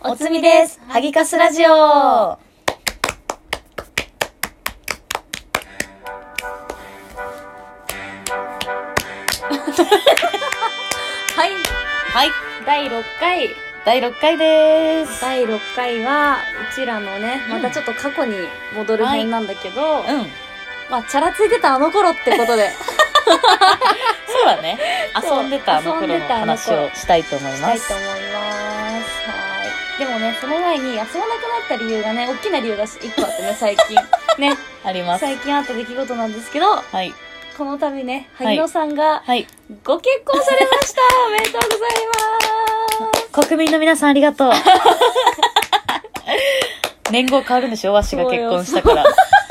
おつみです。ハギカスラジオ。はい。 はい。 第6回。 第6回です。 第6回は、うちらのね、またちょっと過去に戻る編なんだけど、まあ、チャラついてたあの頃ってことで。 そうだね。遊んでたあの頃の話をしたいと思います。 したいと思います。はい。でもね、その前に遊ばなくなった理由がね、大きな理由が1個あってね、最近。ね。 あります。 最近あった出来事なんですけど、 はい。 この度ね、萩野さんが、 はい。 ご結婚されました。おめでとうございます。 国民の皆さんありがとう。年号変わるんでしょ、わしが結婚したから。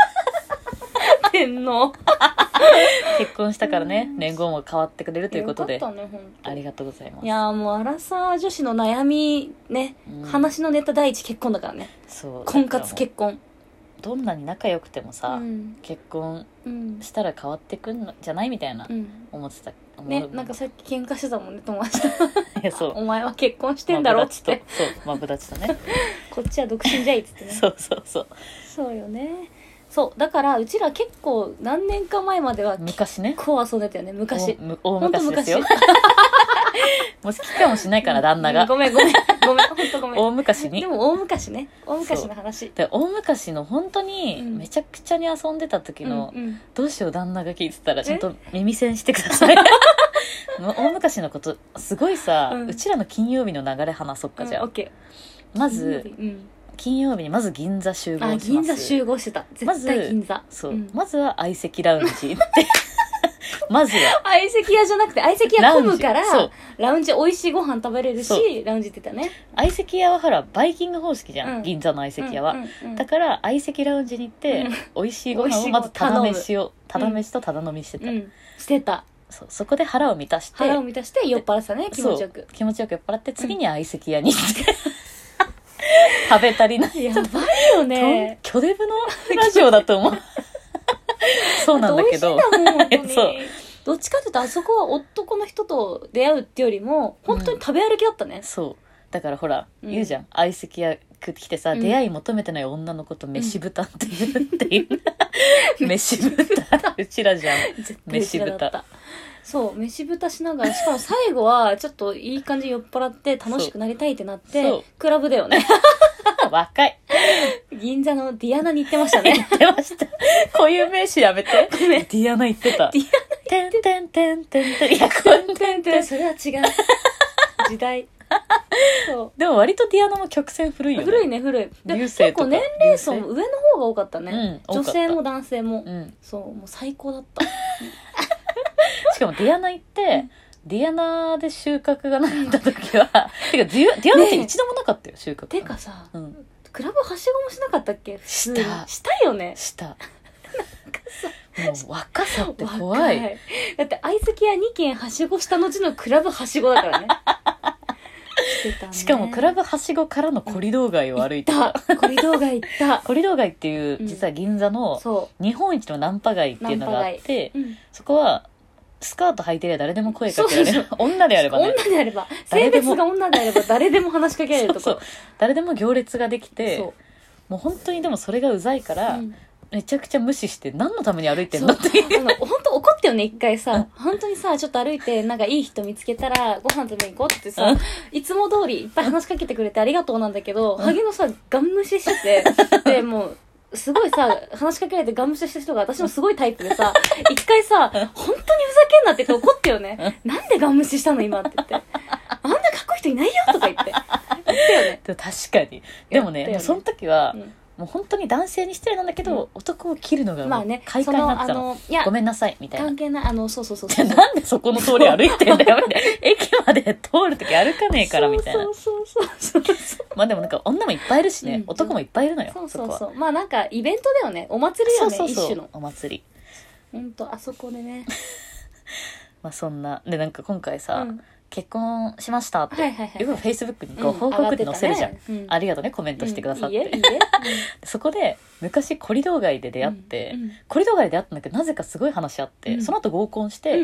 天皇。 結婚したからね、年号も変わってくれるということで。 よかったね、ほんと。 ありがとうございます。 いやーもう、アラサー女子の悩み、ね、話のネタ第一結婚だからね。 そう。 婚活結婚。 どんなに仲良くてもさ、結婚したら変わってくんのじゃないみたいな、思ってた。 ね、なんかさっき喧嘩してたもんね、友達と。 いや、そう。 お前は結婚してんだろっつって。 そう、マブダチとね。 こっちは独身じゃいっつってね。 そうそうそう。 そうよね。そう、だからうちら結構何年か前までは昔ね。 結構遊んでたよね、昔。 大昔ですよ。もし聞くかもしれないから、旦那が。 ごめん、ほんとごめん。 大昔に。 でも大昔ね。大昔の話。 で、大昔の本当に、めちゃくちゃに遊んでた時の、どうしよう旦那が聞いてたら、ちゃんと耳栓してください。大昔のこと、すごいさ、うちらの金曜日の流れ話そっか、じゃあ。まず、金曜日にまず銀座集合します。 銀座集合してた。絶対銀座。 そう。まずは相席ラウンジ行って。まずは。 相席屋じゃなくて、相席屋混むから、ラウンジ美味しいご飯食べれるし、ラウンジ行ってたね。 相席屋はほら、バイキング方式じゃん。銀座の相席屋は。だから、相席ラウンジに行って、美味しいご飯をまずただ飯とただ飲みしてた。 してた。 そこで腹を満たして。 腹を満たして酔っ払ってたね、気持ちよく。 気持ちよく酔っ払って、次に相席屋に行って。食べ足りない。 やばいよね。 巨デブのラジオだと思う。そうなんだけど。 どっちかっていうとあそこは男の人と出会うってよりも本当に食べ歩きだったね。 そうだからほら、言うじゃん、相席屋来てさ、出会い求めてない女の子と飯豚って言うっていう。飯豚。うちらじゃん。飯豚。 そう、飯豚しながら、しかも最後はちょっといい感じに酔っ払って楽しくなりたいってなって、クラブだよね。 若い。 銀座のディアナに行ってましたね。 行ってました。固有名詞やめて。ごめん。ディアナ行ってた。 ディアナ行ってた。 てんてんてんてん。いや、こんてんてん。 それは違う。時代。 そう。でも割とディアナも曲線古いよね。 古いね、古い。結構年齢層も上の方が多かったね。女性も男性も。そう、もう最高だった。 しかもディアナ行って、ディアナで収穫がなかった時は、てかディアナって一度もなかったよ、収穫。 てかさ、クラブはしごもしなかったっけ？したよね。 した。もう若さって怖い。 だって相席屋2軒はしごした後のクラブはしごだからね。 しかもクラブはしごからのコリドー街を歩いてた。 コリドー街行った。 コリドー街っていう、実は銀座の日本一のナンパ街っていうのがあって、そこはスカート履いてりゃ誰でも声かけられる。女であればね。 女であれば。性別が女であれば誰でも話しかけられるとこ。 そう。誰でも行列ができて、もう本当にでもそれがうざいから、めちゃくちゃ無視して何のために歩いてんのっていう。 本当怒ったよね、一回さ。本当にさ、ちょっと歩いて、なんかいい人見つけたら、ご飯食べに行こうってさ、いつも通りいっぱい話しかけてくれてありがとうなんだけど、ハゲのさ、ガン無視してて、で、もう、すごいさ、話しかけられてガン無視した人が私もすごいタイプでさ、一回さ、本当にふざけんなって言って怒ってよね。なんでガン無視したの今って言って。あんなかっこいい人いないよとか言って。言ったよね。 確かに。でもね、もうその時は、もう本当に男性に失礼なんだけど、男を切るのが快感になってたの。ごめんなさいみたいな。 関係ない、そう。 なんでそこの通り歩いてんだよみたいな。駅まで通るとき歩かねえからみたいな。そう。まあでもなんか女もいっぱいいるしね、男もいっぱいいるのよ。 そう。まあなんかイベントだよね。お祭りよね、一種の。 お祭り。 ほんと、あそこでね。 まあそんな。でなんか今回さ、結婚しましたって、よくフェイスブックにこう報告に載せるじゃん、ありがとねコメントしてくださって、そこで昔コリドー街で出会って、コリドー街で出会ったんだけどなぜかすごい話し合って、その後合コンして、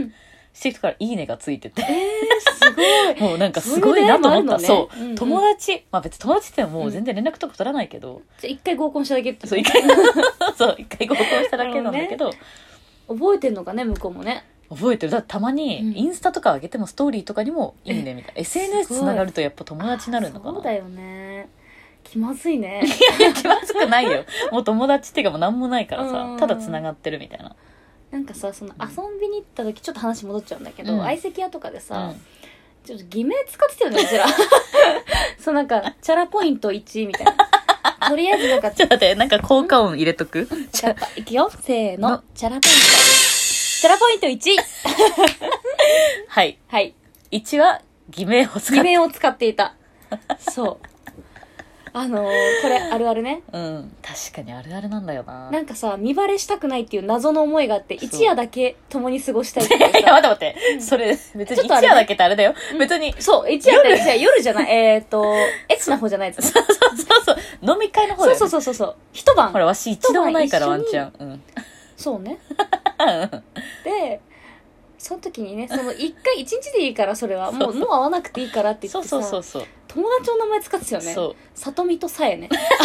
してる人からいいねがついてて、 すごい。 もうなんかすごいなと思った。そう、 うんうん、 友達、まあ別に友達ってもう全然連絡とか取らないけど、 じゃあ一回合コンしただけって。 そう、一回そう一回合コンしただけなんだけど、 覚えてんのかね、向こうもね。 覚えてる。だってたまにインスタとか上げてもストーリーとかにもいいねみたいな、SNS つながるとやっぱ友達になるのかな。 そうだよね。気まずいね。 いや気まずくないよ。もう友達っていうかもう何もないからさ、ただつながってるみたいな。 なんかさ、その遊びに行った時ちょっと話戻っちゃうんだけど、相席屋とかでさ、ちょっと偽名使ってたよね、うちら。そう、なんかチャラポイント1みたいな。とりあえずなんかちょっと待って、なんか効果音入れとく。 いくよ、せーの、チャラポイント。チャラポイント 1! はい。 はい。 1は偽名を使って。 偽名を使っていた。そう。これあるあるね。 うん。確かにあるあるなんだよな。 なんかさ、見バレしたくないっていう謎の思いがあって、一夜だけ共に過ごしたいっていうさ。 いや、待って待って。それ、別に一夜だけってあれだよ。別に。 そう、一夜だけ夜じゃない。エッチな方じゃないやつ。 そうそう。飲み会の方だよ。 そう。一晩。 ほら、わし一度もないからワンチャン。うん。 そうね。で、その時にね、その一日でいいからそれは、もう会わなくていいからって言ってさ、 そう。 友達の名前使ってたよね。 そう。 里見とさえね。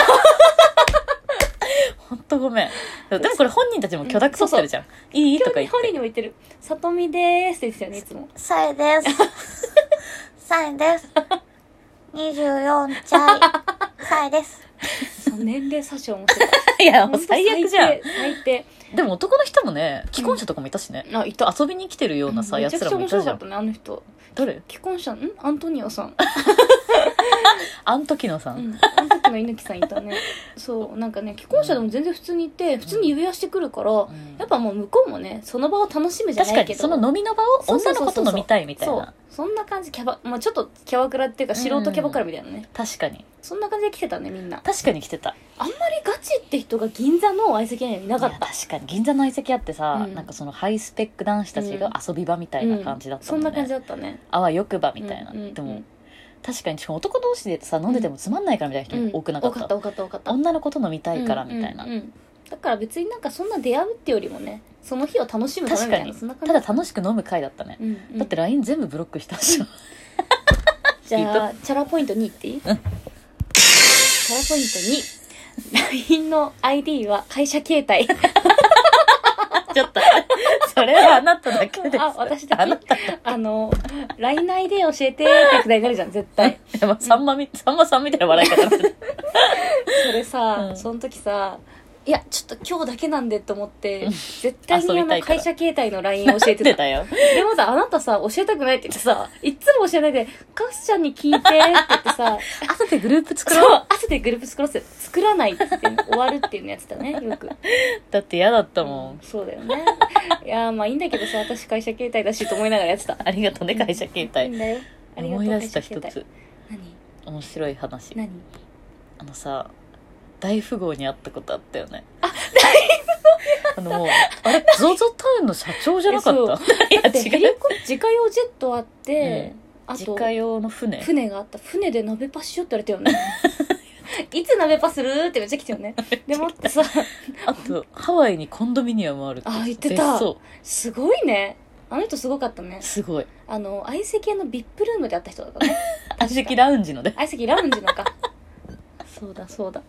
ほんとごめん。でもこれ本人たちも許諾取ってるじゃん。いいとか言って。 本人にも言ってる。里見でーすって言ってたよね、いつも。 さえです。さえです。24歳。さえです。 そう、年齢詐称もする。 いや、もう最悪じゃん。 最低。 でも男の人もね、既婚者とかもいたしね。 いた。 遊びに来てるようなさ、奴らもいたじゃん。 めちゃくちゃ面白かったね、あの人。 誰？ 既婚者、アントニオさん。 あん時のさん。 あの時の猪木さんいたね。そう、なんかね、既婚者でも全然普通にいて、普通に指輪してくるから、やっぱもう向こうもね、その場を楽しむじゃないけど。 確かに、その飲みの場を女の子と飲みたいみたいな。 そう。そんな感じ、まあちょっとキャバクラっていうか、素人キャバクラみたいなね。 確かに。 そんな感じで来てたね、みんな。 確かに来てた。 あんまりガチって人が銀座の相席屋にはいなかった。 確かに。銀座の相席屋ってさ、なんかそのハイスペック男子たちが遊び場みたいな感じだったもんね。 そんな感じだったね。 あわよくばみたいな。でも、確かに、しかも男同士でさ、飲んでてもつまんないからみたいな人多くなかった。 多かった。 女の子と飲みたいからみたいな。 だから別になんかそんな出会うってよりもね、その日を楽しむためみたいな。 確かに。ただ楽しく飲む会だったね。だって LINE 全部ブロックしたでしょ。 じゃあ、チャラポイント2っていい？チャラポイント2。LINE の ID は会社携帯。 ちょっと、それはあなただけです。 私だけ。LINE の ID 教えてってくらいになるじゃん、絶対。 さんまさんみたいな笑い方になってる。 それさ、その時さ、いや、ちょっと今日だけなんでと思って、絶対に会社携帯の LINE 教えてた。 よ。 でもさ、あなたさ、教えたくないって言ってさ、いつも教えないで、カスちゃんに聞いてって言ってさ、 後でグループ作ろう。 そう、後でグループ作ろうって、作らないって言って終わるっていうのやってたね、よく。 だって嫌だったもん。 そうだよね。いやまあいいんだけどさ、私会社携帯だしと思いながらやってた。 ありがとうね、会社携帯。 いいんだよ。 思い出した一つ。 何？ 面白い話。 何？ さ、大富豪に会ったことあったよね。 大富豪もう、あれ、ZOZO タウンの社長じゃなかった？いや、 違う。自家用ジェットあって、あと、 自家用の船があった。船で鍋パしよって言われたよね。いつ鍋パするってめっちゃ来たよね。でもってさ、 あと、ハワイにコンドミニアムあるって。 言ってた。すごいね。あの人すごかったね。 すごい。 相席屋の VIP ルームで会った人だったね。 相席ラウンジのね。 相席ラウンジのか。そうだ。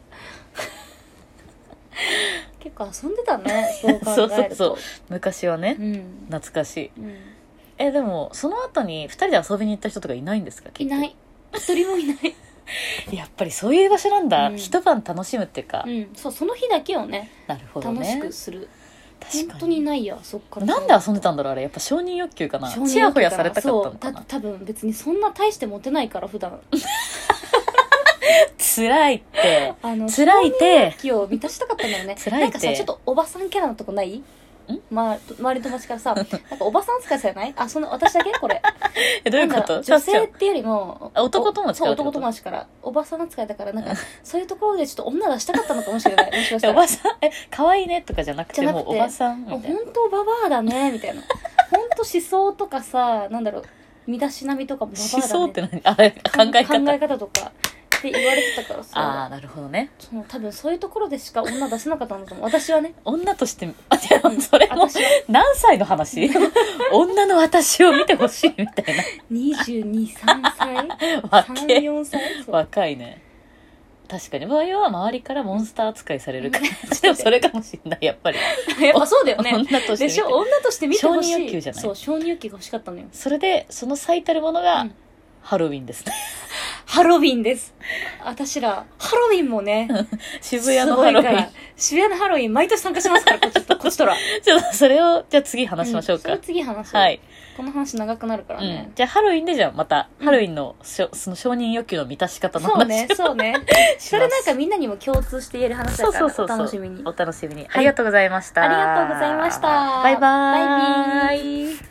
結構遊んでたね、そう考えると。 そう昔はね、懐かしい。でもその後に2人で遊びに行った人とかいないんですか？ いない、一人もいない。 やっぱりそういう場所なんだ、一晩楽しむっていうか、 そう、その日だけをね、 なるほどね、 楽しくする。本当にないや、そっから。 なんで遊んでたんだろう、あれ。やっぱ承認欲求かな。チヤホヤされたかったのかな。 多分別にそんな大してモテないから普段。 辛いって。 辛いって。欲求を満たしたかったんだよね。 辛いって。 なんかさ、ちょっとおばさんキャラのとこない？周りの友達からさ、なんかおばさん使いされない？私だけこれ。 どういうこと？ 女性っていうよりも、 男友達から。 そう、男友達から。おばさん扱いだから、なんか、そういうところでちょっと女出したかったのかもしれない。もしかしたら。 おばさん、可愛いねとかじゃなくて、もうおばさんみたいな。 本当ババアだね、みたいな。本当思想とかさ、なんだろう、身だしなみとかもババアだね。 思想って何？あれ、考え方とか。 って言われてたからあさあ、なるほどね。 その多分そういうところでしか女出せなかったんだと思う私はね。 女として、あ、でもそれも私は何歳の話女の私を見てほしいみたいな。 22、3歳若 3、 い。 4歳そう若いね。確かに場合は周りからモンスター扱いされるから、でもそれかもしれない、やっぱり。 やっぱそうだよね女として見てでしょ女として見てほしい承認欲求じゃないそう承認欲求が欲しかったのよ。 それでその最たるものが、 うんハロウィンですね。 ハロウィンです。私らハロウィンもね渋谷のハロウィンすごいから。渋谷のハロウィン毎年参加しますからこっちとらちょっとそれをじゃあ次話しましょうか、 それ次話そう。 はい、 この話長くなるからね。 じゃあハロウィンでじゃあまた、 うんハロウィンのその承認欲求の満たし方の話そうね、そうね。それなんかみんなにも共通して言える話だから、お楽しみに。 お楽しみに、ありがとうございました。 ありがとうございました。 バイバーイ。 バイビー。